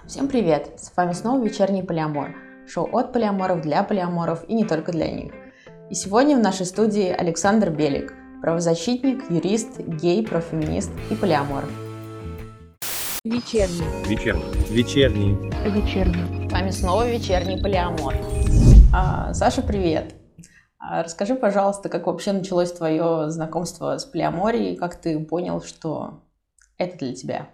Всем привет! С вами снова «Вечерний полиамор», шоу от полиаморов для полиаморов и не только для них. И сегодня в нашей студии Александр Белик, правозащитник, юрист, гей, профеминист и полиамор. Вечерний. С вами снова «Вечерний полиамор». Саша, привет! Расскажи, пожалуйста, как вообще началось твое знакомство с полиаморией, как ты понял, что это для тебя?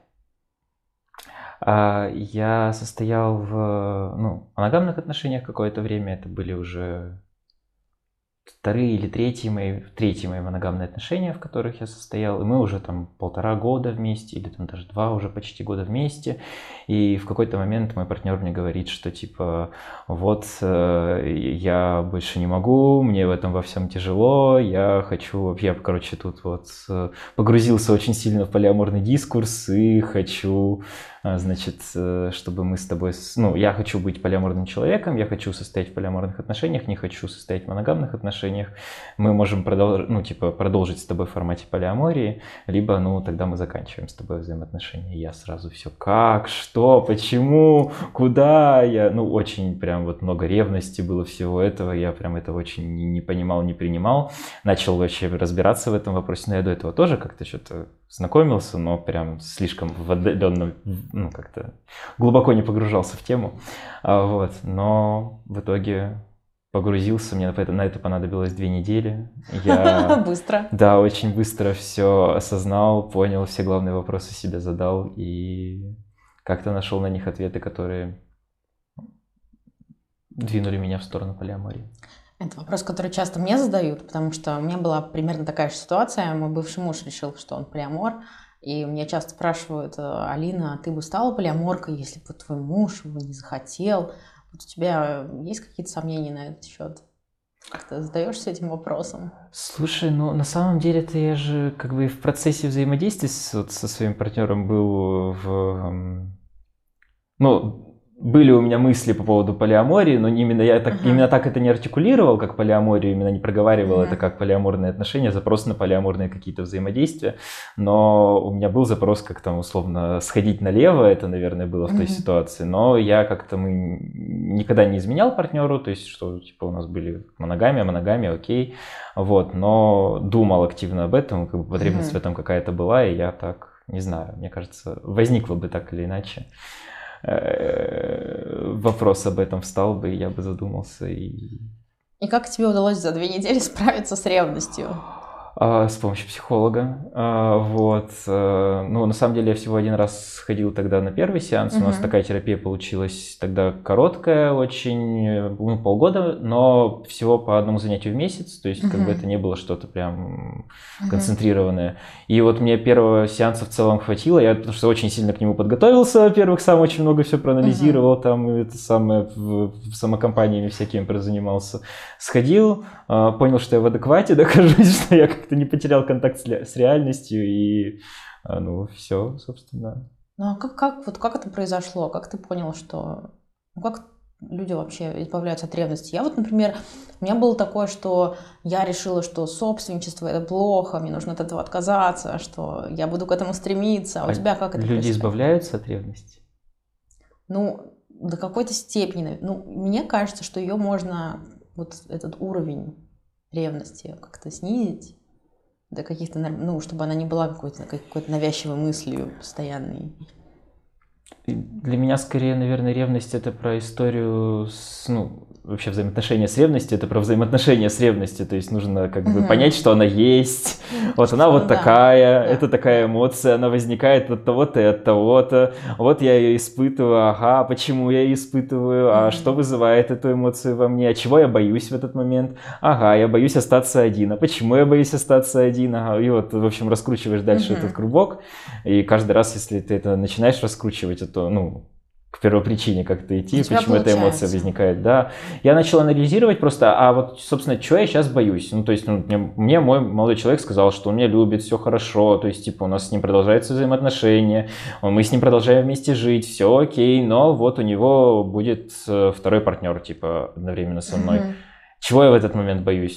Я состоял в моногамных отношениях какое-то время. Это были уже вторые или третьи мои моногамные отношения, в которых я состоял. И мы уже там 1,5 года вместе, или там даже 2 уже почти года вместе. И в какой-то момент мой партнер мне говорит, что типа вот я больше не могу, мне в этом во всем тяжело, я тут вот погрузился очень сильно в полиаморный дискурс и хочу, значит, чтобы мы с тобой, я хочу быть полиаморным человеком, я хочу состоять в полиаморных отношениях, не хочу состоять в моногамных отношениях. Мы можем продолжить с тобой в формате полиамории, либо, тогда мы заканчиваем с тобой взаимоотношения. И я сразу все, как, что, почему, куда, очень прям вот много ревности было всего этого, я прям этого очень не понимал, не принимал. Начал вообще разбираться в этом вопросе, но я до этого тоже как-то что-то знакомился, но прям слишком в отдаленном, как-то глубоко не погружался в тему. Но в итоге погрузился, мне на это понадобилось 2 недели. Я Быстро. Да, очень быстро все осознал, понял, все главные вопросы себе задал и как-то нашел на них ответы, которые двинули меня в сторону полиамории. Это вопрос, который часто мне задают, потому что у меня была примерно такая же ситуация. Мой бывший муж решил, что он полиамор, и меня часто спрашивают: Алина, а ты бы стала полиаморкой, если бы твой муж его не захотел? Вот у тебя есть какие-то сомнения на этот счет? Как ты задаешься этим вопросом? Слушай, на самом деле-то я же как бы в процессе взаимодействия со своим партнером был были у меня мысли по поводу полиамории, но именно так это не артикулировал, как полиаморию, именно не проговаривал это как полиаморные отношения, запрос на полиаморные какие-то взаимодействия. Но у меня был запрос как там условно сходить налево, это, наверное, было в той ситуации. Но мы никогда не изменял партнеру, то есть что типа у нас были моногамия, окей. Но думал активно об этом, как бы потребность в этом какая-то была, и я так, не знаю, мне кажется, возникло бы так или иначе. Вопрос об этом встал бы, и я бы задумался. И как тебе удалось за 2 недели справиться с ревностью? С помощью психолога. На самом деле я всего 1 раз сходил тогда на первый сеанс. У нас такая терапия получилась тогда короткая, очень, полгода, но всего по 1 занятию в месяц. То есть как бы это не было что-то прям концентрированное. И вот мне первого сеанса в целом хватило. Я потому что очень сильно к нему подготовился. Во-первых, сам очень много все проанализировал, в самокомпаниями всякими прозанимался. Сходил, понял, что я в адеквате нахожусь, что я как-то не потерял контакт с реальностью, и все, собственно. Как это произошло? Как ты понял, что... как люди вообще избавляются от ревности? Я например, у меня было такое, что я решила, что собственничество — это плохо, мне нужно от этого отказаться, что я буду к этому стремиться. А у тебя как это люди происходит? Избавляются от ревности? До какой-то степени. Мне кажется, что ее можно, этот уровень ревности как-то снизить до каких-то, чтобы она не была какой-то навязчивой мыслью постоянной. Для меня скорее, наверное, ревность — это про историю вообще взаимоотношения с ревностью, это про взаимоотношения с ревностью, то есть нужно как бы понять, что она есть, она такая, это такая эмоция, она возникает от того-то и от того-то, я ее испытываю, почему я ее испытываю, а что вызывает эту эмоцию во мне, а чего я боюсь в этот момент, я боюсь остаться один, а почему я боюсь остаться один, и в общем, раскручиваешь дальше этот клубок, и каждый раз, если ты это начинаешь раскручивать, то, к первопричине как-то идти, почему эта эмоция возникает, да. Я начал анализировать просто, собственно, чего я сейчас боюсь? Мне мой молодой человек сказал, что он меня любит, все хорошо, то есть, у нас с ним продолжаются взаимоотношения, мы с ним продолжаем вместе жить, все окей, но у него будет 2-й партнер, одновременно со мной. Чего я в этот момент боюсь?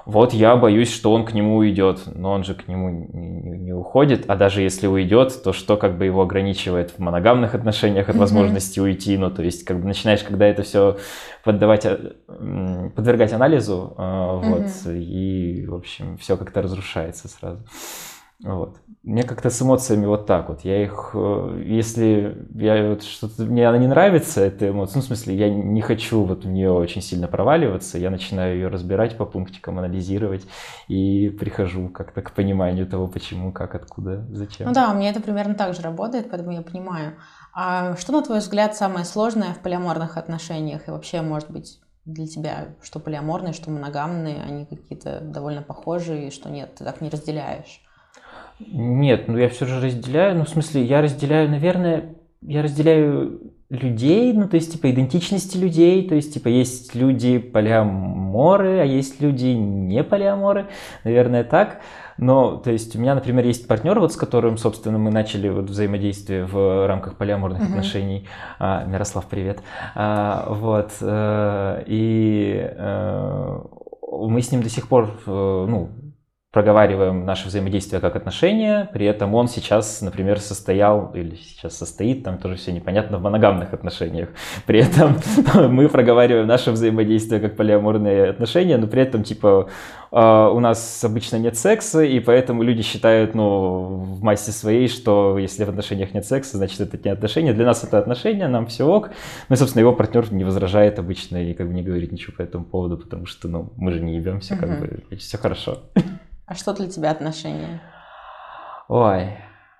вот я боюсь, что он к нему уйдет, но он же к нему не уходит, а даже если уйдет, то что как бы его ограничивает в моногамных отношениях от возможности уйти, ну то есть как бы начинаешь, когда это все подвергать анализу, вот, и в общем все как-то разрушается сразу. Вот. Мне как-то с эмоциями вот так вот. Я их, если я вот что-то мне она не нравится, эта эмоция, ну, в смысле, я не хочу вот в нее очень сильно проваливаться, я начинаю ее разбирать по пунктикам, анализировать и прихожу как-то к пониманию того, почему, как, откуда, зачем. Ну да, у меня это примерно так же работает, поэтому я понимаю. А что, на твой взгляд, самое сложное в полиаморных отношениях? И вообще, может быть, для тебя, что полиаморные, что моногамные, они какие-то довольно похожие, и что нет, ты так не разделяешь? Нет, ну я все же разделяю, ну в смысле, я разделяю, наверное, я разделяю людей, ну то есть типа идентичности людей, то есть типа есть люди полиаморы, а есть люди не полиаморы, наверное так. Но, то есть у меня, например, есть партнер, вот с которым, собственно, мы начали вот взаимодействие в рамках полиаморных отношений. Мирослав, привет. Вот, и мы с ним до сих пор, ну, проговариваем наше взаимодействие как отношения, при этом он сейчас, например, состоял или сейчас состоит, там тоже все непонятно, в моногамных отношениях. При этом мы проговариваем наше взаимодействие как полиаморные отношения, но при этом типа у нас обычно нет секса, и поэтому люди считают, ну, в массе своей, что если в отношениях нет секса, значит это не отношения. Для нас это отношения, нам все ок. Ну и, собственно, его партнер не возражает обычно и как бы не говорит ничего по этому поводу, потому что, ну, мы же не ебемся, как бы, все хорошо. А что для тебя отношения? Ой,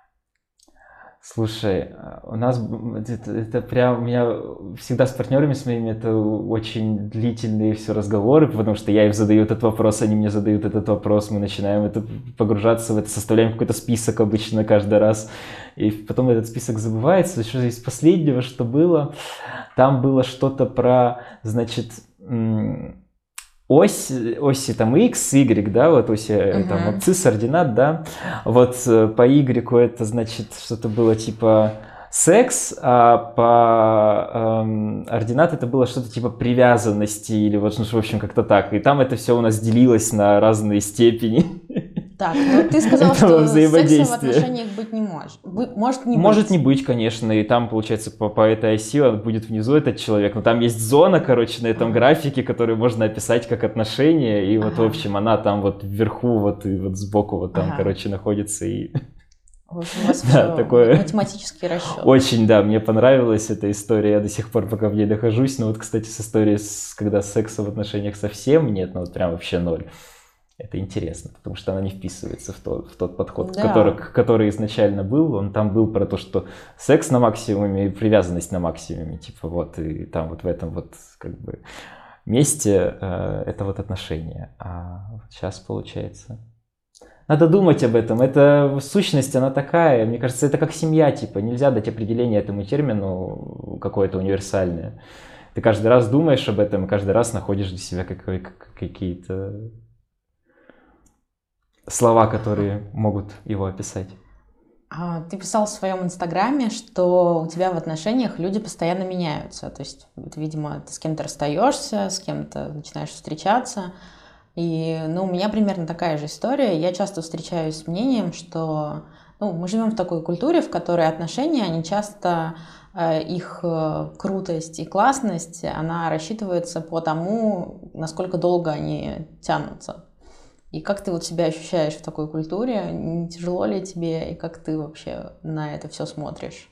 слушай, у нас это прям у меня всегда с партнерами с моими это очень длительные все разговоры, потому что я им задаю этот вопрос, они мне задают этот вопрос, мы начинаем это погружаться в это, составляем какой-то список обычно каждый раз, и потом этот список забывается. Что из последнего, что было, там было что-то про, значит, оси там x, y, да, вот оси там абсцисс, ординат, да, вот по y это значит что-то было типа секс, а по ординат это было что-то типа привязанности или вот, ну, в общем, как-то так, и там это все у нас делилось на разные степени. Так, ну ты сказал, что секса в отношениях быть не может. Может не быть. Может не быть, конечно, и там, получается, по этой оси он будет внизу этот человек, но там есть зона, короче, на этом графике, которую можно описать как отношения, и вот, в общем, она там вот вверху, вот и вот сбоку вот там, короче, находится и... В общем, у вас все такое... математический расчет. Очень, да, мне понравилась эта история, я до сих пор пока в ней нахожусь, но вот, кстати, с историей, когда секса в отношениях совсем нет, ну вот прям вообще ноль. Это интересно, потому что она не вписывается в тот подход, да, который изначально был. Он там был про то, что секс на максимуме и привязанность на максимуме. Типа вот, и там вот в этом вот как бы месте это вот отношения. А вот сейчас получается... Надо думать об этом. Это сущность, она такая. Мне кажется, это как семья, типа. Нельзя дать определение этому термину какое-то универсальное. Ты каждый раз думаешь об этом, и каждый раз находишь для себя какие-то... слова, которые могут его описать. Ты писал в своем инстаграме, что у тебя в отношениях люди постоянно меняются. То есть, видимо, ты с кем-то расстаешься, с кем-то начинаешь встречаться. И, ну, у меня примерно такая же история. Я часто встречаюсь с мнением, что, ну, мы живем в такой культуре, в которой отношения, они часто, их крутость и классность, она рассчитывается по тому, насколько долго они тянутся. И как ты вот себя ощущаешь в такой культуре? Не тяжело ли тебе? И как ты вообще на это все смотришь?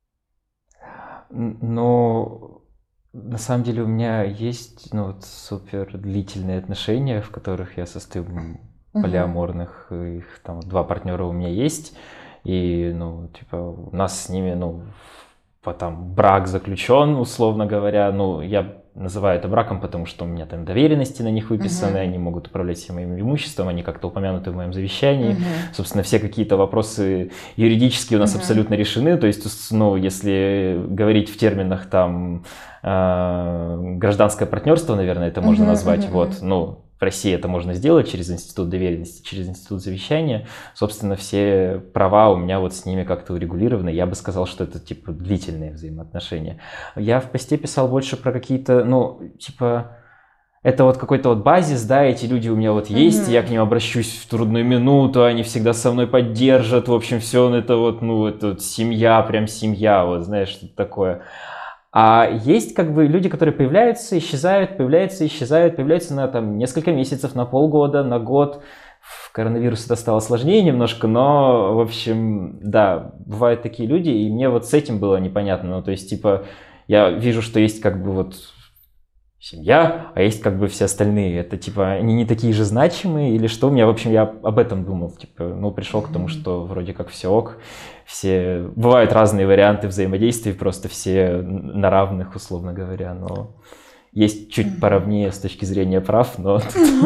Ну, на самом деле у меня есть, ну, вот супер длительные отношения, в которых я состою полиаморных. Их там 2 партнера у меня есть. И, ну, типа, у нас с ними, ну, там брак заключен, условно говоря. Ну, я называю это браком, потому что у меня там доверенности на них выписаны, они могут управлять всем моим имуществом, они как-то упомянуты в моем завещании. Собственно, все какие-то вопросы юридические у нас абсолютно решены. То есть, ну, если говорить в терминах там гражданское партнерство, наверное, это можно назвать, вот, ну, в России это можно сделать через институт доверенности, через институт завещания. Собственно, все права у меня вот с ними как-то урегулированы. Я бы сказал, что это типа длительные взаимоотношения. Я в посте писал больше про какие-то, ну, типа, это вот какой-то вот базис, да, эти люди у меня вот есть, я к ним обращусь в трудную минуту, они всегда со мной поддержат, в общем, все, это вот, ну, это вот семья, прям семья, вот, знаешь, что-то такое. А есть как бы люди, которые появляются, исчезают, появляются на там несколько месяцев, на полгода, на год. В коронавирус это стало сложнее немножко, но, в общем, да, бывают такие люди, и мне вот с этим было непонятно, ну, то есть, типа, я вижу, что есть как бы вот семья, а есть как бы все остальные. Это типа они не такие же значимые или что? В общем, я об этом думал. Типа, ну, пришел к тому, что вроде как все ок. Все... Бывают разные варианты взаимодействия, просто все на равных, условно говоря, но есть чуть поровнее с точки зрения прав, но...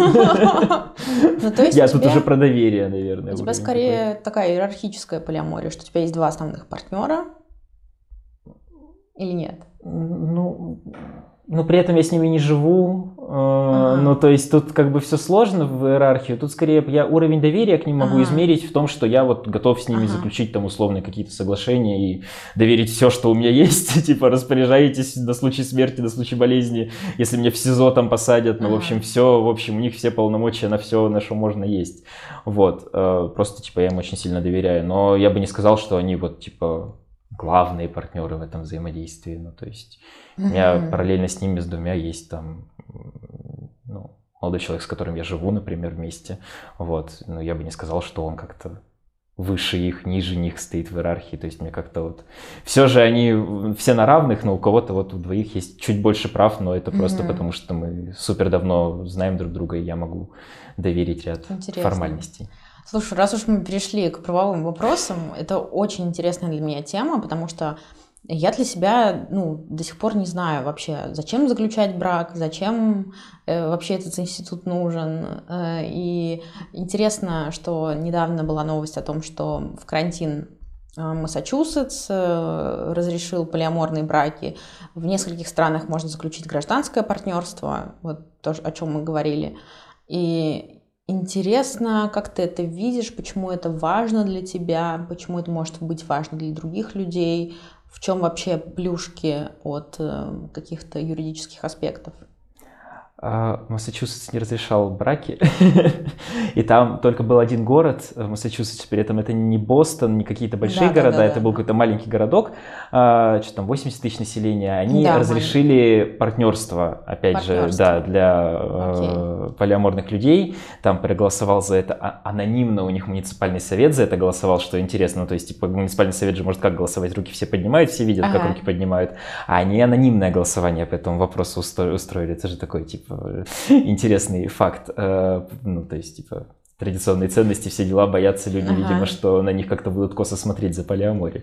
Я тут уже про доверие, наверное. У тебя скорее такая иерархическая полиамория, что у тебя есть два основных партнера или нет? Но при этом я с ними не живу, ну, то есть тут как бы все сложно в иерархию, тут скорее я уровень доверия к ним могу измерить в том, что я вот готов с ними заключить там условные какие-то соглашения и доверить все, что у меня есть, типа распоряжайтесь на случай смерти, на случай болезни, если меня в СИЗО там посадят, ну, в общем, все, в общем, у них все полномочия на все, на что можно есть, вот, просто, типа, я им очень сильно доверяю, но я бы не сказал, что они вот, типа, главные партнеры в этом взаимодействии, ну, то есть у меня параллельно с ними, с двумя, есть там, ну, молодой человек, с которым я живу, например, вместе, вот, но я бы не сказал, что он как-то выше их, ниже них стоит в иерархии, то есть мне как-то вот, все же они все на равных, но у кого-то вот у двоих есть чуть больше прав, но это просто потому, что мы супер давно знаем друг друга, и я могу доверить ряд формальностей. Слушай, раз уж мы перешли к правовым вопросам, это очень интересная для меня тема, потому что я для себя, ну, до сих пор не знаю вообще, зачем заключать брак, зачем вообще этот институт нужен. И интересно, что недавно была новость о том, что в карантин Массачусетс разрешил полиаморные браки. В нескольких странах можно заключить гражданское партнерство, вот то, о чем мы говорили. И интересно, как ты это видишь, почему это важно для тебя, почему это может быть важно для других людей, в чем вообще плюшки от каких-то юридических аспектов? Массачусетс не разрешал браки, и там только был один город в Массачусетсе, при этом это не Бостон, не какие-то большие города, это был какой-то маленький городок, что там 80 тысяч населения, они разрешили партнерство, опять же, да, для полиаморных людей, там проголосовал за это анонимно, у них муниципальный совет за это голосовал, что интересно, то есть типа муниципальный совет же может как голосовать, руки все поднимают, все видят, как руки поднимают, а они анонимное голосование по этому вопросу устроили, это же такой типа интересный факт, ну, то есть, типа, традиционные ценности, все дела, боятся люди, видимо, что на них как-то будут косо смотреть за полиаморией.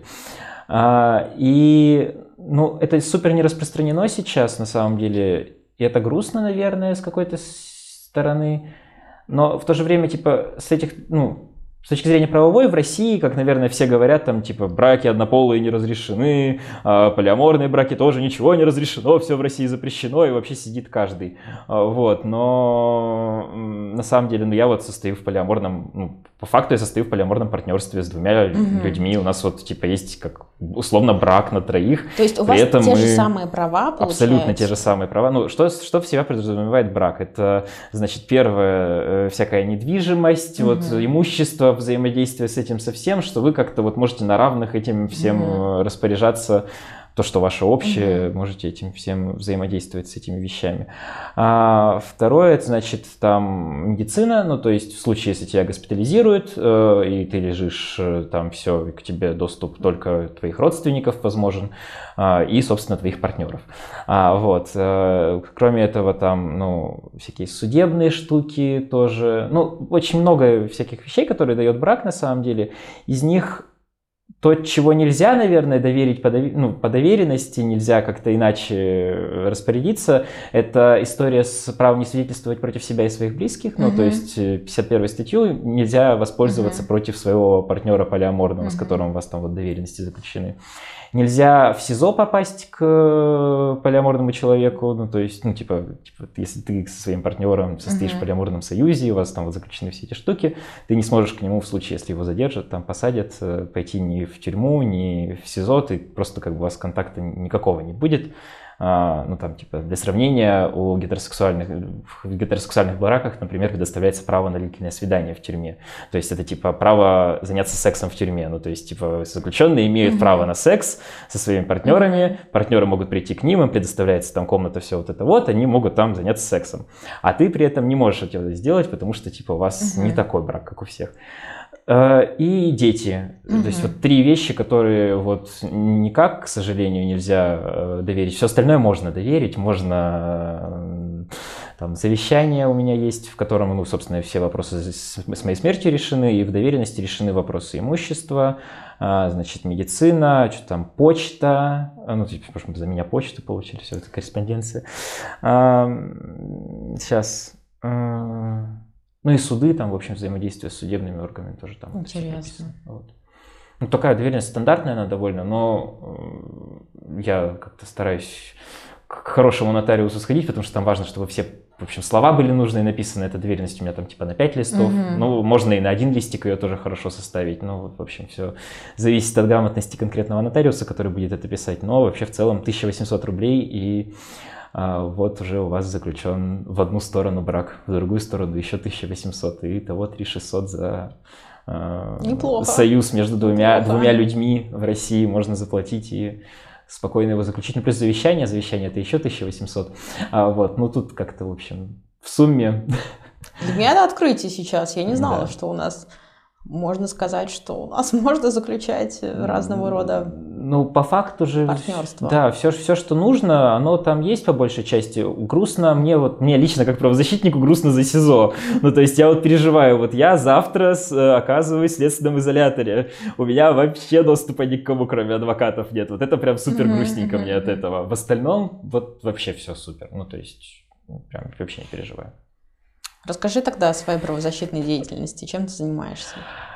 И, ну, это супер не распространено сейчас, на самом деле, и это грустно, наверное, с какой-то стороны, но в то же время, типа, с этих, ну, с точки зрения правовой в России, как, наверное, все говорят, там, типа, браки однополые не разрешены, полиаморные браки тоже ничего не разрешено, все в России запрещено, и вообще сидит каждый. Вот, но на самом деле, ну, я вот состою в полиаморном, ну, по факту я состою в полиаморном партнерстве с двумя людьми, у нас вот, типа, есть, как, условно, брак на троих. То есть у вас те же самые права, получается? Абсолютно те же самые права. Ну, что в себя подразумевает брак? Это, значит, первое, всякая недвижимость, вот, имущество, взаимодействие с этим совсем, что вы как-то вот можете на равных этим всем распоряжаться, то, что ваше общее, можете этим всем взаимодействовать с этими вещами. Второе, это значит там медицина, ну то есть в случае, если тебя госпитализируют, и ты лежишь там, все, к тебе доступ только твоих родственников возможен, и, собственно, твоих партнеров. Вот. Кроме этого, там, ну, всякие судебные штуки тоже, ну, очень много всяких вещей, которые дает брак на самом деле. Из них то, чего нельзя, наверное, доверить по доверенности, нельзя как-то иначе распорядиться, это история с правом не свидетельствовать против себя и своих близких, ну, то есть 51-ю статью нельзя воспользоваться против своего партнера полиаморного, с которым у вас там вот доверенности заключены. Нельзя в СИЗО попасть к полиаморному человеку, ну, то есть, ну, типа если ты со своим партнером состоишь в полиаморном союзе, у вас там вот заключены все эти штуки, ты не сможешь к нему в случае, если его задержат, там посадят, пойти ни в тюрьму, ни в СИЗО, ты просто как бы у вас контакта никакого не будет. Ну, там, типа, для сравнения, в гетеросексуальных браках, например, предоставляется право на длительное свидание в тюрьме. То есть это, типа, право заняться сексом в тюрьме. Ну, то есть, типа, заключенные имеют право на секс со своими партнерами, партнеры могут прийти к ним, им предоставляется там комната, все вот это вот, они могут там заняться сексом. А ты при этом не можешь этого сделать, потому что, типа, у вас не такой брак, как у всех. И дети. То есть вот 3 вещи, которые вот никак, к сожалению, нельзя доверить. Все остальное можно доверить, можно... Там завещание у меня есть, в котором, ну, собственно, все вопросы с моей смертью решены, и в доверенности решены вопросы имущества, значит, медицина, что там, почта, ну, типа, за меня почту получили, все это корреспонденция. Сейчас... Ну и суды, там, в общем, взаимодействие с судебными органами тоже там. Интересно. Вот. Ну, такая доверенность стандартная она довольно, но я как-то стараюсь к хорошему нотариусу сходить, потому что там важно, чтобы все, в общем, слова были нужные написаны. Эта доверенность у меня там типа на 5 листов. Ну, можно и на 1 листик ее тоже хорошо составить. Ну, вот, в общем, все зависит от грамотности конкретного нотариуса, который будет это писать. Но вообще в целом 1800 рублей и... вот уже у вас заключен в одну сторону брак, в другую сторону еще 1800, и того 3600 за союз между двумя людьми в России можно заплатить и спокойно его заключить. Ну, плюс завещание это еще 1800. Вот, ну тут как-то, в общем, в сумме... Для меня это открытие сейчас, я не знала, что у нас... Можно сказать, что у нас можно заключать разного рода ну, по факту же, партнерство. Да, все, что нужно, оно там есть по большей части. Грустно мне лично, как правозащитнику, грустно за СИЗО. Ну, то есть я вот переживаю, вот я завтра оказываюсь в следственном изоляторе. У меня вообще доступа ни к кому, кроме адвокатов, нет. Вот это прям супер грустненько мне от этого. В остальном вот вообще все супер. Ну, то есть прям вообще не переживаю. Расскажи тогда о своей правозащитной деятельности. Чем ты занимаешься?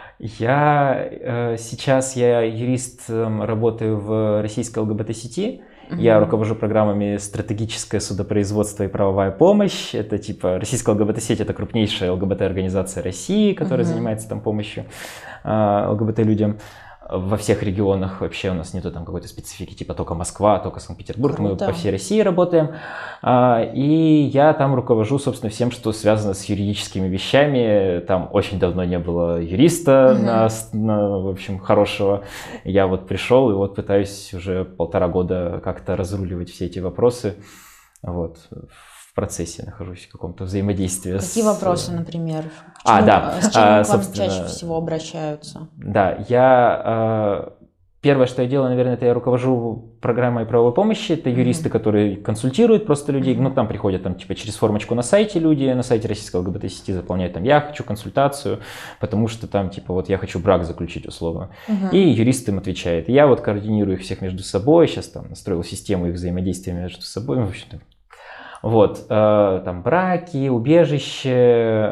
Сейчас я юристом, работаю в российской ЛГБТ-сети. Я руковожу программами «Стратегическое судопроизводство и правовая помощь». Это типа российская ЛГБТ-сеть, это крупнейшая ЛГБТ-организация России, которая занимается там помощью ЛГБТ-людям. Во всех регионах вообще у нас нету там какой-то специфики, типа только Москва, только Санкт-Петербург. Мы по всей России работаем. И я там руковожу, собственно, всем, что связано с юридическими вещами. Там очень давно не было юриста, в общем, хорошего. Я вот пришел и вот пытаюсь уже 1,5 года как-то разруливать все эти вопросы. Вот. В процессе нахожусь, в каком-то взаимодействии. Какие вопросы, например? С чем к вам чаще всего обращаются? Да, первое, что я делаю, наверное, это я руковожу программой правовой помощи. Это юристы, которые консультируют просто людей. Ну, там приходят там, типа, через формочку на сайте люди, на сайте российской ЛГБТ-сети заполняют там «я хочу консультацию», потому что там, типа, вот я хочу брак заключить условно. И юрист им отвечает. И я вот координирую их всех между собой. Сейчас там настроил систему их взаимодействия между собой. В общем-то, вот, там браки, убежище,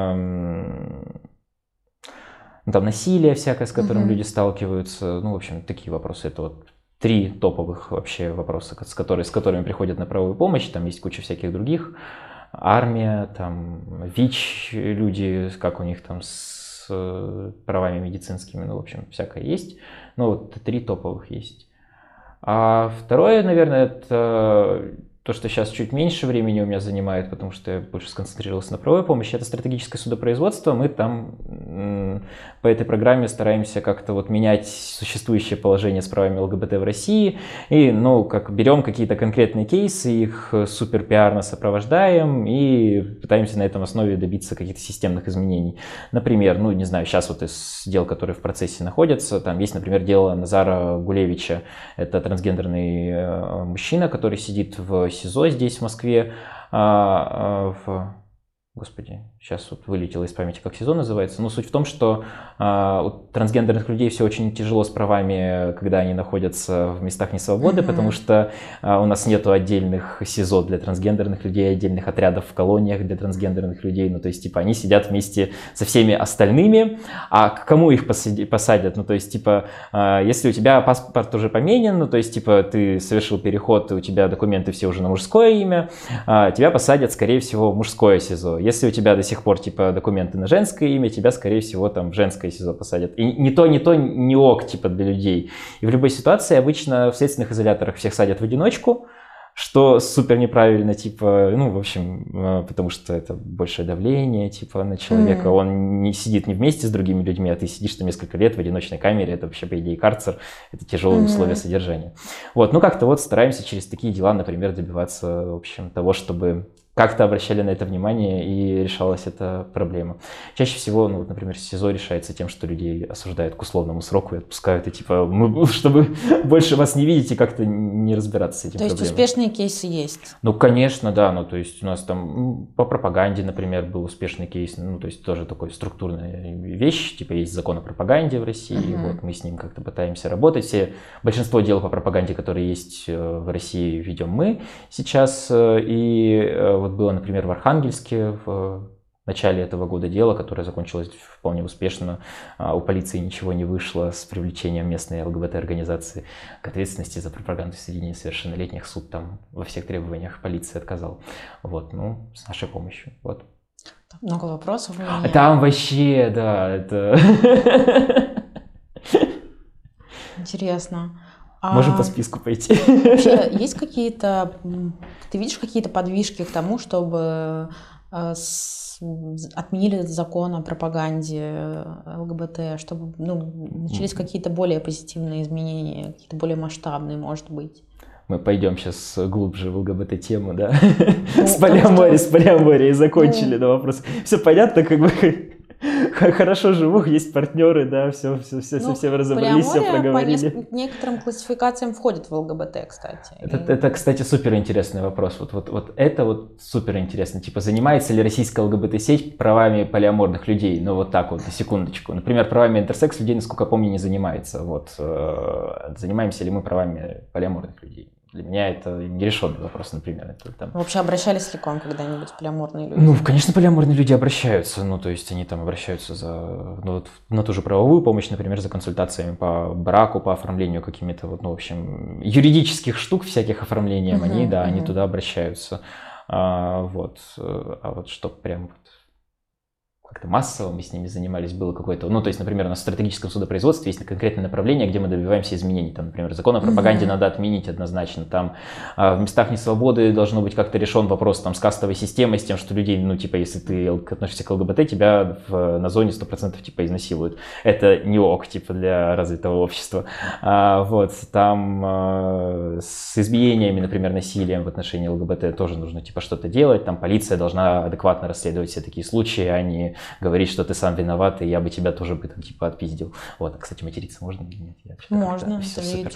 там насилие всякое, с которым люди сталкиваются. Ну, в общем, такие вопросы. Это вот 3 топовых вообще вопроса, с которыми приходят на правовую помощь. Там есть куча всяких других. Армия, там ВИЧ люди, как у них там с правами медицинскими. Ну, в общем, всякое есть. Ну, вот 3 топовых есть. А второе, наверное, это... То, что сейчас чуть меньше времени у меня занимает, потому что я больше сконцентрировался на правовой помощи, это стратегическое судопроизводство. Мы там по этой программе стараемся как-то вот менять существующее положение с правами ЛГБТ в России. И, ну, как берем какие-то конкретные кейсы, их супер пиарно сопровождаем и пытаемся на этом основе добиться каких-то системных изменений. Например, ну, не знаю, сейчас вот из дел, которые в процессе находятся, там есть, например, дело Назара Гулевича. Это трансгендерный мужчина, который сидит в СИЗО здесь, в Москве, Господи, сейчас вот вылетело из памяти, как СИЗО называется. Но суть в том, что у трансгендерных людей все очень тяжело с правами, когда они находятся в местах несвободы, потому что у нас нету отдельных СИЗО для трансгендерных людей, отдельных отрядов в колониях для трансгендерных людей. Ну, то есть, типа, они сидят вместе со всеми остальными, а к кому их посадят? Ну, то есть, типа, если у тебя паспорт уже поменен, ну, то есть, типа, ты совершил переход, у тебя документы все уже на мужское имя, тебя посадят, скорее всего, в мужское СИЗО. Если у тебя до сих пор, типа, документы на женское имя, тебя, скорее всего, там в женское СИЗО посадят. И ни то, не ок, типа, для людей. И в любой ситуации обычно в следственных изоляторах всех садят в одиночку, что супер неправильно, типа, ну, в общем, потому что это большее давление, типа, на человека. Он не сидит не вместе с другими людьми, а ты сидишь там несколько лет в одиночной камере, это вообще, по идее, карцер, это тяжелые условия содержания. Вот, ну, как-то вот стараемся через такие дела, например, добиваться, в общем, того, чтобы как-то обращали на это внимание и решалась эта проблема. Чаще всего, ну, вот, например, СИЗО решается тем, что людей осуждают к условному сроку и отпускают, и типа, мы, чтобы больше вас не видеть и как-то не разбираться с этим проблемой. То есть успешные кейсы есть? Ну, конечно, да, ну, то есть у нас там по пропаганде, например, был успешный кейс, ну, то есть тоже такой структурная вещь, типа есть закон о пропаганде в России, вот мы с ним как-то пытаемся работать. Большинство дел по пропаганде, которые есть в России, ведем мы сейчас, и вот было, например, в Архангельске в начале этого года дело, которое закончилось вполне успешно. У полиции ничего не вышло с привлечением местной ЛГБТ-организации к ответственности за пропаганду среди несовершеннолетних. Суд там во всех требованиях полиции отказал. Вот, ну, с нашей помощью. Вот. Много вопросов у меня. Там вообще, да, это... Интересно. Можем по списку пойти. Вообще, есть какие-то... Ты видишь какие-то подвижки к тому, чтобы отменили закон о пропаганде ЛГБТ, чтобы начались какие-то более позитивные изменения, какие-то более масштабные, может быть? Мы пойдем сейчас глубже в ЛГБТ-тему, да? С полиаморией закончили на вопрос. Все понятно, как бы... Хорошо живу, есть партнеры, да, все совсем разобрались, все проговорили. По некоторым классификациям входит в ЛГБТ, кстати. Это, кстати, суперинтересный вопрос. Вот это вот суперинтересно. Типа, занимается ли российская ЛГБТ-сеть правами полиаморных людей? Ну, вот так вот, на секундочку. Например, правами интерсекс людей, насколько я помню, не занимается. Вот. Занимаемся ли мы правами полиаморных людей? Для меня это нерешенный вопрос, например. Это, там... Вообще обращались ли к вам когда-нибудь полиаморные люди? Ну, конечно, полиаморные люди обращаются. Ну, то есть они там обращаются на ту же правовую помощь, например, за консультациями по браку, по оформлению какими-то, вот, ну, в общем, юридических штук, всяких оформлением, они туда обращаются. Вот. А вот что прям как-то массово мы с ними занимались, было какое-то... Ну, то есть, например, у нас в стратегическом судопроизводстве есть конкретное направление, где мы добиваемся изменений. Там, например, закон о пропаганде надо отменить однозначно. Там в местах несвободы должно быть как-то решен вопрос там, с кастовой системой, с тем, что людей, ну, типа, если ты относишься к ЛГБТ, тебя на зоне 100% типа изнасилуют. Это не ок, типа, для развитого общества. Вот, там с избиениями, например, насилием в отношении ЛГБТ тоже нужно, типа, что-то делать. Там полиция должна адекватно расследовать все такие случаи, а не говорить, что ты сам виноват, и я бы тебя тоже бы там типа отпиздил. Вот, кстати, материться можно или нет? Можно, все супер.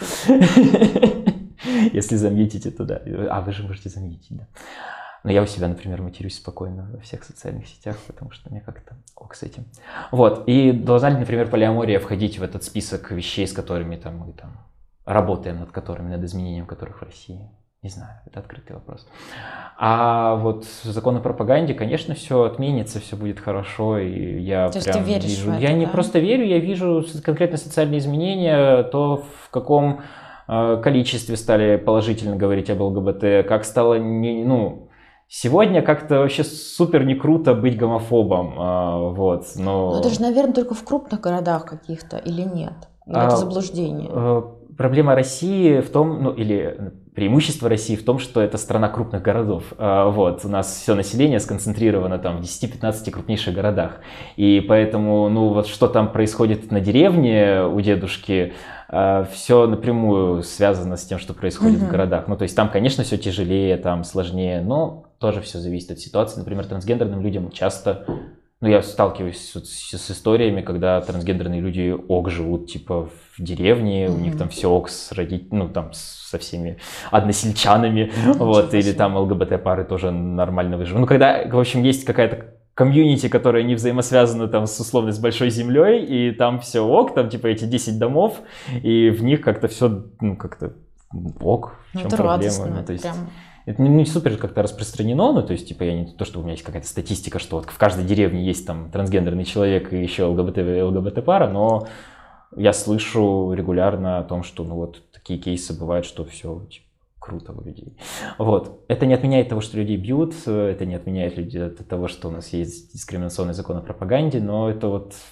Если замьютите, то да. А вы же можете замьютить, да. Но я у себя, например, матерюсь спокойно во всех социальных сетях, потому что мне как-то ок с этим. Вот, и должна ли, например, полиамория входить в этот список вещей, с которыми там, мы там работаем, над изменением которых в России? Не знаю, это открытый вопрос. А вот закон о пропаганде, конечно, все отменится, все будет хорошо, и я то прям есть ты веришь вижу. в это, я не да? просто верю, я вижу конкретно социальные изменения, то в каком количестве стали положительно говорить об ЛГБТ, как стало сегодня как-то вообще супер не круто быть гомофобом, вот. Но это же, наверное, только в крупных городах каких-то или нет? Или это заблуждение? Проблема России в том, или преимущество России в том, что это страна крупных городов. Вот, у нас все население сконцентрировано там в 10-15 крупнейших городах. И поэтому, вот что там происходит на деревне у дедушки, все напрямую связано с тем, что происходит в городах. Ну, то есть там, конечно, все тяжелее, там сложнее, но тоже все зависит от ситуации. Например, трансгендерным людям часто... я сталкиваюсь с историями, когда трансгендерные люди живут, типа, в деревне, у них там все ок с там со всеми односельчанами, вот, или там ЛГБТ-пары тоже нормально выживут. Когда, в общем, есть какая-то комьюнити, которая не взаимосвязана там с большой землей, и там все ок, там типа эти 10 домов, и в них как-то все, как-то ок, в чем проблема? Радостно, То есть... прям... Это не супер как-то распространено, то есть, типа, я не то, что у меня есть какая-то статистика, что вот в каждой деревне есть там трансгендерный человек и еще ЛГБТ-пара, но я слышу регулярно о том, что, вот такие кейсы бывают, что все, типа, круто у людей. Вот. Это не отменяет того, что людей бьют, это не отменяет того, что у нас есть дискриминационный закон о пропаганде, но это вот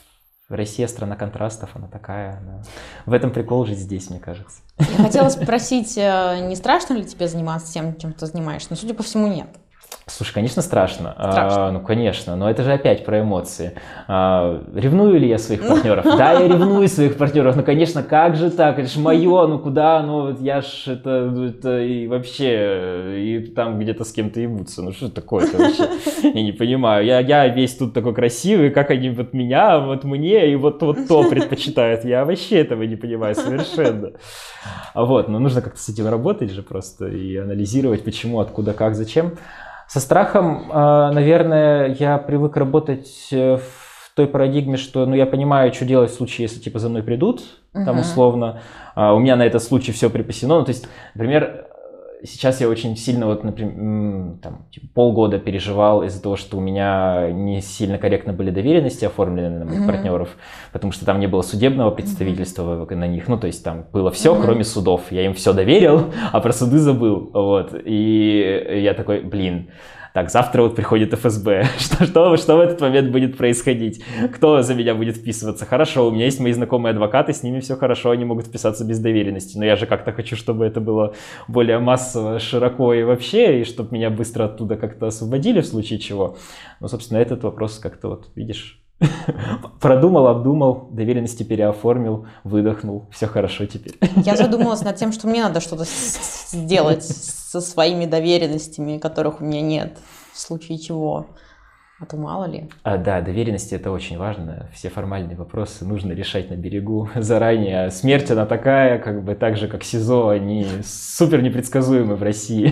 Россия страна контрастов, она такая. В этом прикол жить здесь, мне кажется. Я хотела спросить, не страшно ли тебе заниматься тем, чем ты занимаешься? Но, судя по всему, нет. Слушай, конечно, страшно. Ну, конечно, но это же опять про эмоции. Ревную ли я своих партнеров? Да, я ревную своих партнеров. Ну, конечно, как же так? Это же мое, ну куда? Ну, я ж это и вообще, и там где-то с кем-то ебутся. Ну, что такое-то вообще? Я не понимаю. Я весь тут такой красивый, как они вот меня, вот мне, и вот то предпочитают. Я вообще этого не понимаю совершенно. Вот, но нужно как-то с этим работать же просто и анализировать, почему, откуда, как, зачем. Со страхом, наверное, я привык работать в той парадигме, что, ну, я понимаю, что делать в случае, если, типа, за мной придут, там, условно, у меня на этот случай все припасено, ну, то есть, например, сейчас я очень сильно, вот, например, там, типа, полгода переживал из-за того, что у меня не сильно корректно были доверенности оформлены на моих партнеров, потому что там не было судебного представительства на них, ну, то есть там было все, кроме судов. Я им все доверил, а про суды забыл, вот. И я такой, блин, так, завтра вот приходит ФСБ, что в этот момент будет происходить? Кто за меня будет вписываться? Хорошо, у меня есть мои знакомые адвокаты, с ними все хорошо, они могут вписаться без доверенности, но я же как-то хочу, чтобы это было более массово, широко и вообще, и чтобы меня быстро оттуда как-то освободили в случае чего. Ну, собственно, этот вопрос как-то вот, видишь, продумал, обдумал, доверенности переоформил, выдохнул, все хорошо теперь. Я задумалась над тем, что мне надо что-то сделать со своими доверенностями, которых у меня нет, в случае чего. А то мало ли. Да, доверенности это очень важно. Все формальные вопросы нужно решать на берегу заранее. Смерть она такая, как бы так же, как СИЗО, они супер непредсказуемы в России.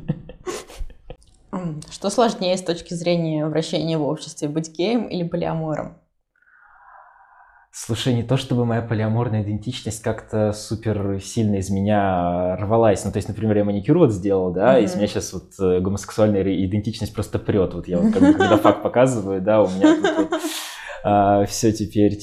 Что сложнее с точки зрения вращения в обществе, быть геем или полиамором? Слушай, не то чтобы моя полиаморная идентичность как-то супер сильно из меня рвалась. Ну, то есть, например, я маникюр вот сделал, да, и из меня сейчас вот гомосексуальная идентичность просто прет. Вот я вот когда факт показываю, да, у меня тут вот, все теперь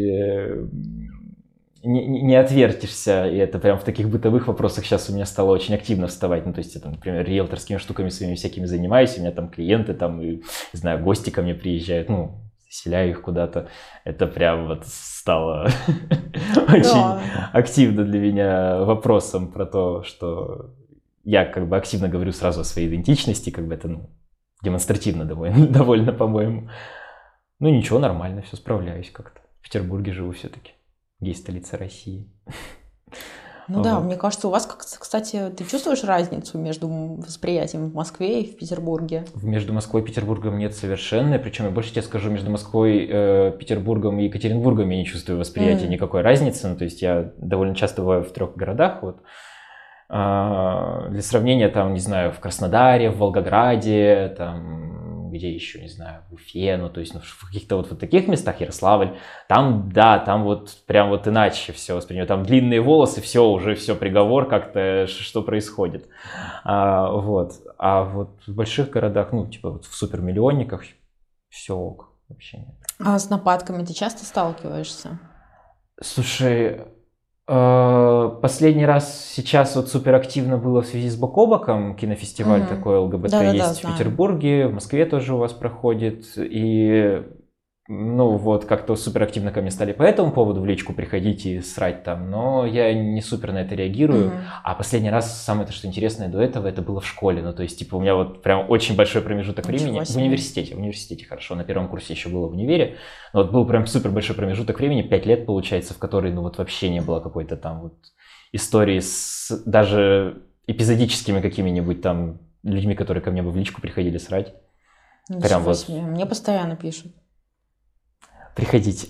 не отвертишься, и это прям в таких бытовых вопросах сейчас у меня стало очень активно вставать. Ну, то есть я там, например, риэлторскими штуками своими всякими занимаюсь, у меня там клиенты, там, и, не знаю, гости ко мне приезжают, ну, заселяю их куда-то. Это прям вот стало очень активно для меня вопросом про то, что я как бы активно говорю сразу о своей идентичности, как бы это, ну, демонстративно довольно, по-моему. Ну, ничего, нормально, все справляюсь как-то. В Петербурге живу все-таки. Есть столица России. Ну да, мне кажется, у вас, кстати, ты чувствуешь разницу между восприятием в Москве и в Петербурге? Между Москвой и Петербургом нет совершенно. Причем я больше тебе скажу, между Москвой, Петербургом и Екатеринбургом я не чувствую восприятия никакой разницы. Ну, то есть я довольно часто бываю в 3 городах. Вот. Для сравнения, там, не знаю, в Краснодаре, в Волгограде, там, где еще, не знаю, в Уфе, ну, то есть, ну, в каких-то вот таких местах, Ярославль, там, да, там вот прям вот иначе все воспринимают, там длинные волосы, все, уже все, приговор как-то, что происходит, вот, а вот в больших городах, ну, типа вот в супермиллионниках все ок, вообще нет. А с нападками ты часто сталкиваешься? Слушай, последний раз сейчас вот супер активно было в связи с Бок-о-Боком, кинофестиваль такой ЛГБТ есть в Петербурге, в Москве тоже у вас проходит, и ну вот как-то супер активно ко мне стали по этому поводу в личку приходить и срать там, но я не супер на это реагирую, а последний раз, самое то, что интересное до этого, это было в школе, ну то есть типа у меня вот прям очень большой промежуток времени, в университете хорошо, на 1 курсе еще было в универе, но вот был прям супер большой промежуток времени, 5 лет получается, в который ну вот вообще не было какой-то там вот истории с даже эпизодическими какими-нибудь там людьми, которые ко мне в личку приходили срать. Прям вот. Мне постоянно пишут. Приходите.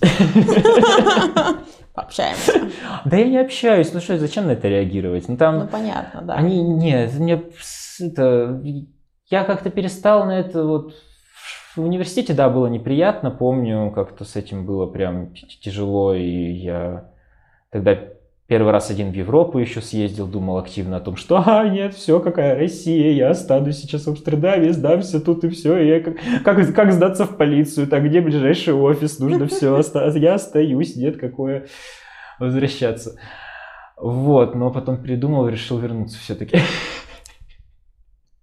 Пообщаемся. Да я не общаюсь, ну что, зачем на это реагировать? Ну там... Ну понятно, да. Они, нет, мне это... Я как-то перестал на это вот... В университете, да, было неприятно, помню, как-то с этим было прям тяжело, и я тогда первый раз один в Европу еще съездил, думал активно о том, что нет, все, какая Россия, я останусь сейчас в Амстердаме, сдамся тут и все, и я как сдаться в полицию, так где ближайший офис, нужно все, я остаюсь, нет, какое возвращаться. Вот, но потом передумал, решил вернуться все-таки.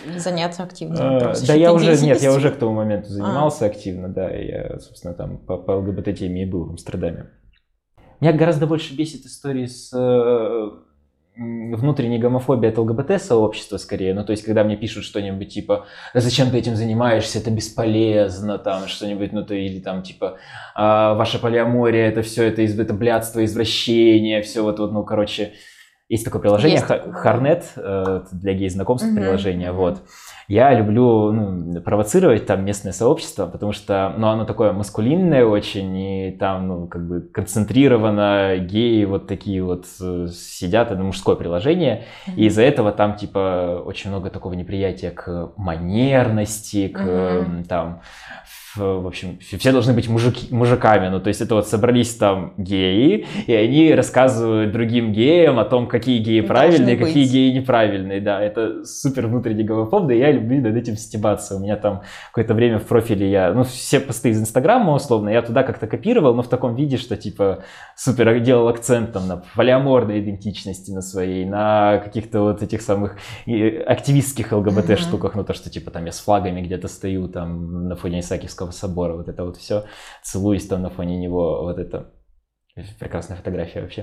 заняться активно? Да, я уже к тому моменту занимался активно, да, я, собственно, там по ЛГБТ-теме и был в Амстердаме. Меня гораздо больше бесит истории с внутренней гомофобией от ЛГБТ-сообщества скорее, ну, то есть, когда мне пишут что-нибудь типа «Зачем ты этим занимаешься? Это бесполезно», там, что-нибудь, ну, то, или там, типа «Ваше полиамория, это все, это блядство, извращение», все вот, ну, короче, есть такое приложение, Hornet, для гей-знакомств приложение, вот. Я люблю провоцировать там местное сообщество, потому что оно такое маскулинное очень, и там как бы концентрировано геи вот такие вот сидят, это мужское приложение, и из-за этого там типа очень много такого неприятия к манерности, к там... В общем, все должны быть мужиками, ну, то есть это вот собрались там геи, и они рассказывают другим геям о том, какие геи правильные, какие геи неправильные, да, это супер внутренний гомофоб, и я люблю над этим стебаться. У меня там какое-то время в профиле все посты из Инстаграма, условно, я туда как-то копировал, но в таком виде, что типа супер делал акцент там на полиаморной идентичности на своей, на каких-то вот этих самых активистских ЛГБТ штуках, ну, то, что типа там я с флагами где-то стою там на фоне Исаакиевского собора, вот это вот все, целуюсь там на фоне него, вот это прекрасная фотография вообще.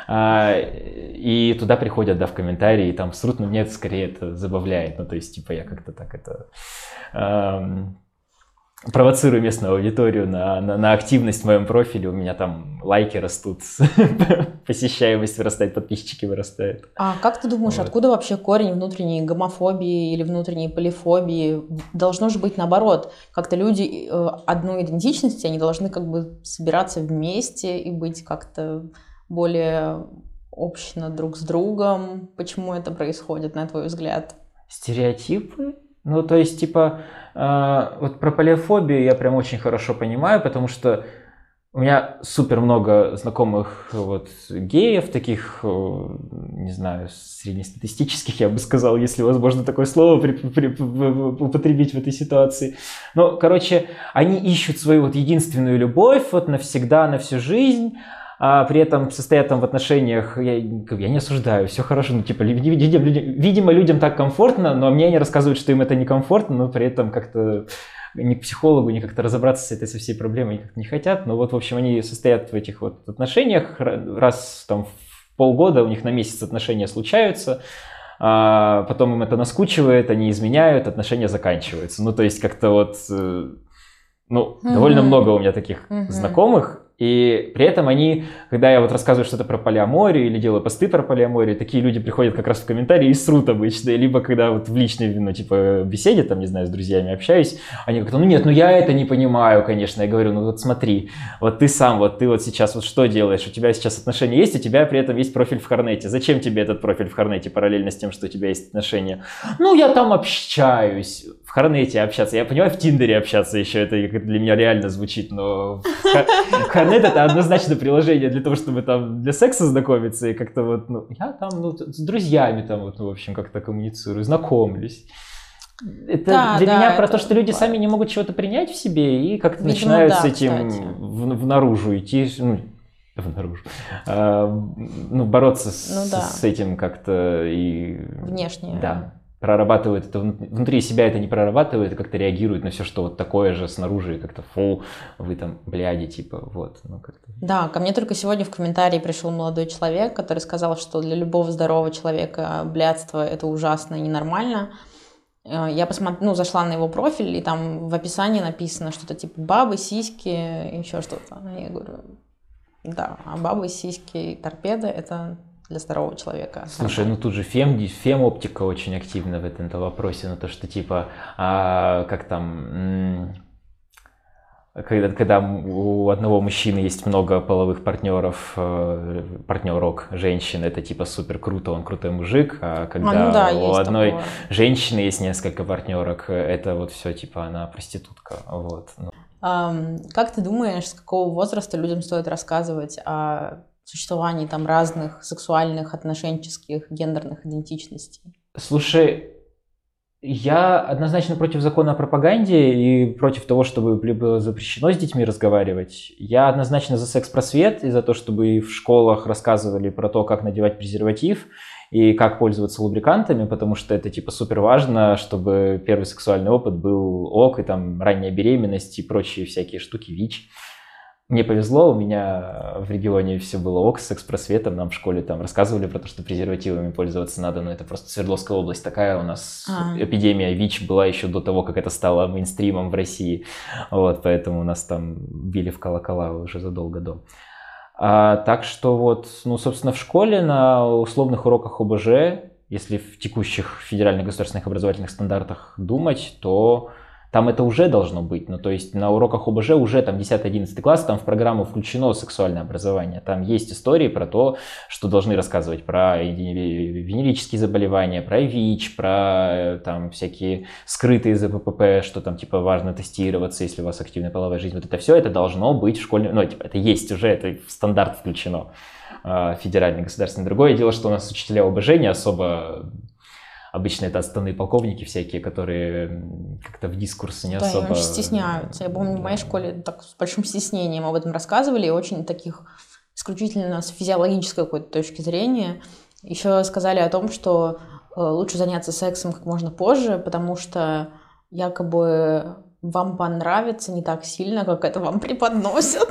И туда приходят, да, в комментарии, и там срут, но мне это скорее это забавляет, ну, то есть, типа, я как-то так это... провоцирую местную аудиторию на активность в моем профиле, у меня там лайки растут, посещаемость вырастает, подписчики вырастают. А как ты думаешь, откуда вообще корень внутренней гомофобии или внутренней полифобии? Должно же быть наоборот. Как-то люди одной идентичности, они должны как бы собираться вместе и быть как-то более общно друг с другом. Почему это происходит, на твой взгляд? Стереотипы? Ну, то есть, типа, вот про полиофобию я прям очень хорошо понимаю, потому что у меня супер много знакомых вот геев, таких, не знаю, среднестатистических, я бы сказал, если возможно такое слово употребить в этой ситуации. Но, короче, они ищут свою вот единственную любовь вот навсегда, на всю жизнь, а при этом состоят там в отношениях, я не осуждаю, все хорошо, ну типа, видимо, людям так комфортно, но мне они рассказывают, что им это некомфортно, но при этом как-то ни к психологу, ни как-то разобраться со всей проблемой как-то не хотят, но вот, в общем, они состоят в этих вот отношениях, раз там в полгода у них на месяц отношения случаются, а потом им это наскучивает, они изменяют, отношения заканчиваются, ну то есть как-то вот, довольно много у меня таких знакомых. И при этом они, когда я вот рассказываю что-то про полиаморию или делаю посты про полиаморию, такие люди приходят как раз в комментарии и срут обычно. Либо когда вот в личной, беседе, там, не знаю, с друзьями общаюсь, они как-то, я это не понимаю, конечно. Я говорю, вот смотри, вот ты сам, вот ты вот сейчас вот что делаешь? У тебя сейчас отношения есть, у тебя при этом есть профиль в Хорнете. Зачем тебе этот профиль в Хорнете параллельно с тем, что у тебя есть отношения? Я там общаюсь. В Хорнете общаться. Я понимаю, в Тиндере общаться еще, это для меня реально звучит, но Хорнет это однозначно приложение для того, чтобы там для секса знакомиться и как-то вот, я там, с друзьями там вот, в общем, как-то коммуницирую, знакомлюсь. Это для меня про то, что люди сами не могут чего-то принять в себе и как-то начинают с этим наружу идти, бороться с этим как-то и... Внешне. Да. Прорабатывает это внутри себя, это не прорабатывает, и как-то реагирует на все, что вот такое же снаружи, и как-то вы там бляди, типа, вот. как-то. Да, ко мне только сегодня в комментарии пришел молодой человек, который сказал, что для любого здорового человека блядство – это ужасно и ненормально. Я зашла на его профиль, и там в описании написано что-то типа бабы, сиськи, еще что-то. Я говорю, да, а бабы, сиськи и торпеды – это... для здорового человека. Слушай, тут же фем-оптика очень активна в этом вопросе, то, что типа, как там, когда у одного мужчины есть много половых партнерок женщин, это типа супер круто, он крутой мужик, а когда у одной женщины есть несколько партнерок, это вот все типа она проститутка, вот. Как ты думаешь, с какого возраста людям стоит рассказывать о существовании там разных сексуальных, отношенческих, гендерных идентичностей? Слушай, я однозначно против закона о пропаганде и против того, чтобы было запрещено с детьми разговаривать. Я однозначно за секс-просвет и за то, чтобы и в школах рассказывали про то, как надевать презерватив, и как пользоваться лубрикантами, потому что это типа супер важно, чтобы первый сексуальный опыт был ок, и там ранняя беременность и прочие всякие штуки, ВИЧ. Мне повезло, у меня в регионе все было ок с секс-просветом, нам в школе там рассказывали про то, что презервативами пользоваться надо, но это просто Свердловская область такая, у нас эпидемия ВИЧ была еще до того, как это стало мейнстримом в России, вот, поэтому у нас там били в колокола уже задолго до. Так что вот, ну, собственно, в школе на условных уроках ОБЖ, если в текущих федеральных государственных образовательных стандартах думать, то там это уже должно быть. Ну, то есть на уроках ОБЖ уже там 10-11 класс, там в программу включено сексуальное образование. Там есть истории про то, что должны рассказывать про венерические заболевания, про ВИЧ, про там всякие скрытые ЗППП, что там типа важно тестироваться, если у вас активная половая жизнь. Вот это все, это должно быть в школе, ну, типа, это есть уже, это в стандарт включено федеральный, государственный. Другое дело, что у нас учителя ОБЖ не особо... Обычно это отставные полковники всякие, которые как-то в дискурсе не особо... Да, очень стесняются. Я помню, в моей школе так с большим стеснением об этом рассказывали, и очень таких исключительно с физиологической какой-то точки зрения. Еще сказали о том, что лучше заняться сексом как можно позже, потому что якобы вам понравится не так сильно, как это вам преподносят.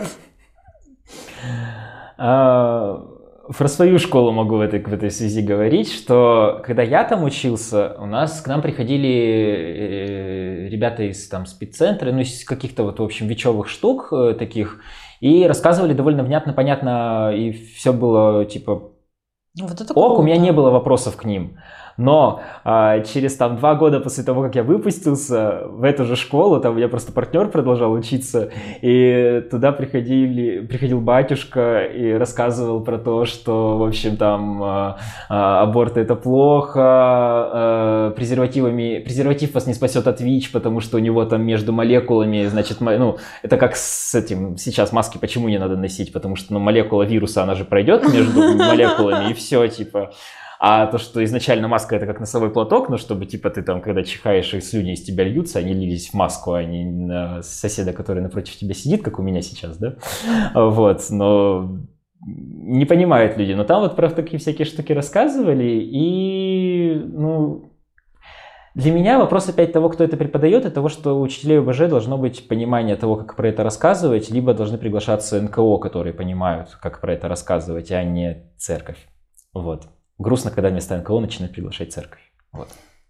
Про свою школу могу в этой связи говорить, что когда я там учился, к нам приходили ребята из там спеццентра, ну, из каких-то вот, в общем, ВИЧевых штук таких, и рассказывали довольно внятно, понятно, и все было типа вот это ок, у меня не было вопросов к ним. Но через там 2 года после того, как я выпустился в эту же школу, там у меня просто партнер продолжал учиться, и туда приходил батюшка и рассказывал про то, что, в общем, там аборты это плохо, презерватив вас не спасет от ВИЧ, потому что у него там между молекулами, значит, ну, это как с этим, сейчас маски почему не надо носить, потому что, ну, молекула вируса, она же пройдет между молекулами, и все, типа... А то, что изначально маска это как носовой платок, ну, чтобы, типа, ты там, когда чихаешь, и слюни из тебя льются, они лились в маску, а не на соседа, который напротив тебя сидит, как у меня сейчас, да? Вот, но не понимают люди. Но там вот про такие всякие штуки рассказывали, и, ну... Для меня вопрос опять того, кто это преподает, и того, что у учителей ОБЖ должно быть понимание того, как про это рассказывать, либо должны приглашаться НКО, которые понимают, как про это рассказывать, а не церковь. Вот. Грустно, когда вместо НКО начинают приглашать церковь. Вот.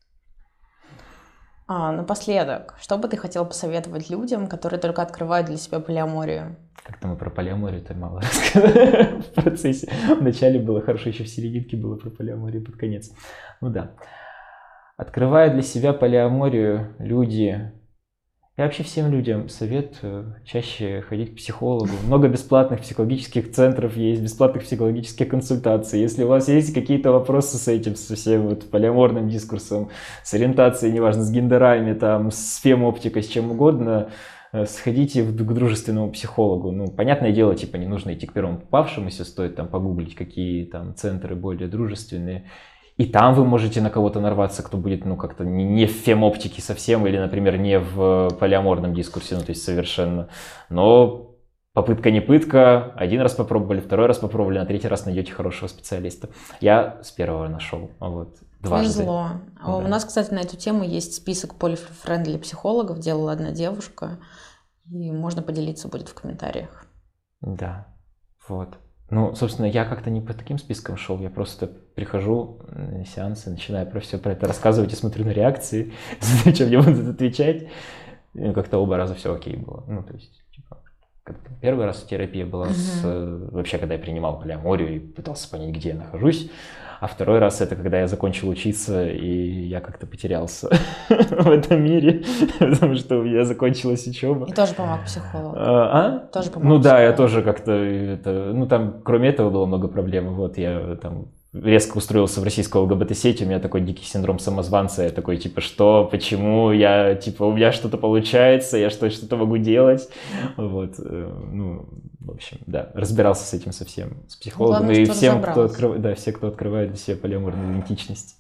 Напоследок, что бы ты хотел посоветовать людям, которые только открывают для себя полиаморию? Как-то мы про полиаморию-то мало рассказали в процессе. Вначале было хорошо, еще в серединке было про полиаморию под конец. Ну да. Открывая для себя полиаморию, люди... Я вообще всем людям советую чаще ходить к психологу. Много бесплатных психологических центров есть, бесплатных психологических консультаций. Если у вас есть какие-то вопросы с этим, со всем вот полиаморным дискурсом, с ориентацией, неважно, с гендерами, там, с фемоптикой, с чем угодно, сходите к дружественному психологу. Ну, понятное дело, типа, не нужно идти к первому попавшемуся, стоит там погуглить, какие там центры более дружественные. И там вы можете на кого-то нарваться, кто будет, ну, как-то не в фемоптике совсем, или, например, не в полиаморном дискурсе, ну, то есть совершенно. Но попытка не пытка. 1 раз попробовали, 2 раз попробовали, на 3-й раз найдете хорошего специалиста. Я с 1-го нашел, вот, 2 раза. Повезло. Да. У нас, кстати, на эту тему есть список полифрендли психологов, делала одна девушка, и можно поделиться будет в комментариях. Да, вот. Ну, собственно, я как-то не по таким спискам шел, я просто прихожу на сеансы, начинаю про все про это рассказывать и смотрю на реакции, смотрю, что мне будут отвечать. И как-то оба раза все окей было. Ну, то есть, типа, первый раз терапия была вообще, когда я принимал полиаморию и пытался понять, где я нахожусь. А 2-й раз это когда я закончил учиться, и я как-то потерялся в этом мире, потому что у меня закончилась учеба. И тоже помог психологу. Тоже помог Ну да, психологу. я тоже как-то... Ну там, кроме этого, было много проблем. Вот я там резко устроился в российскую ЛГБТ-сеть, у меня такой дикий синдром самозванца. Я такой, типа, что, почему, я, типа, у меня что-то получается, я что-то могу делать. Вот, ну, в общем, да, разбирался с этим совсем, с психологом. Главное, и что всем, разобрался. все, кто открывает для себя полиаморную идентичность.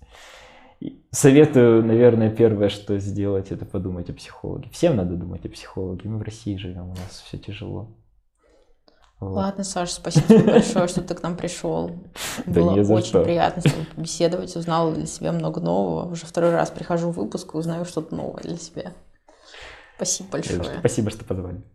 Советую, наверное, первое, что сделать, это подумать о психологе. Всем надо думать о психологе. Мы в России живем, у нас все тяжело. Вот. Ладно, Саша, спасибо тебе большое, что ты к нам пришел. Да Было не за очень что. приятно с тобой побеседовать, узнала для себя много нового. Уже второй раз прихожу в выпуск и узнаю что-то новое для себя. Спасибо большое. Спасибо, что позвали.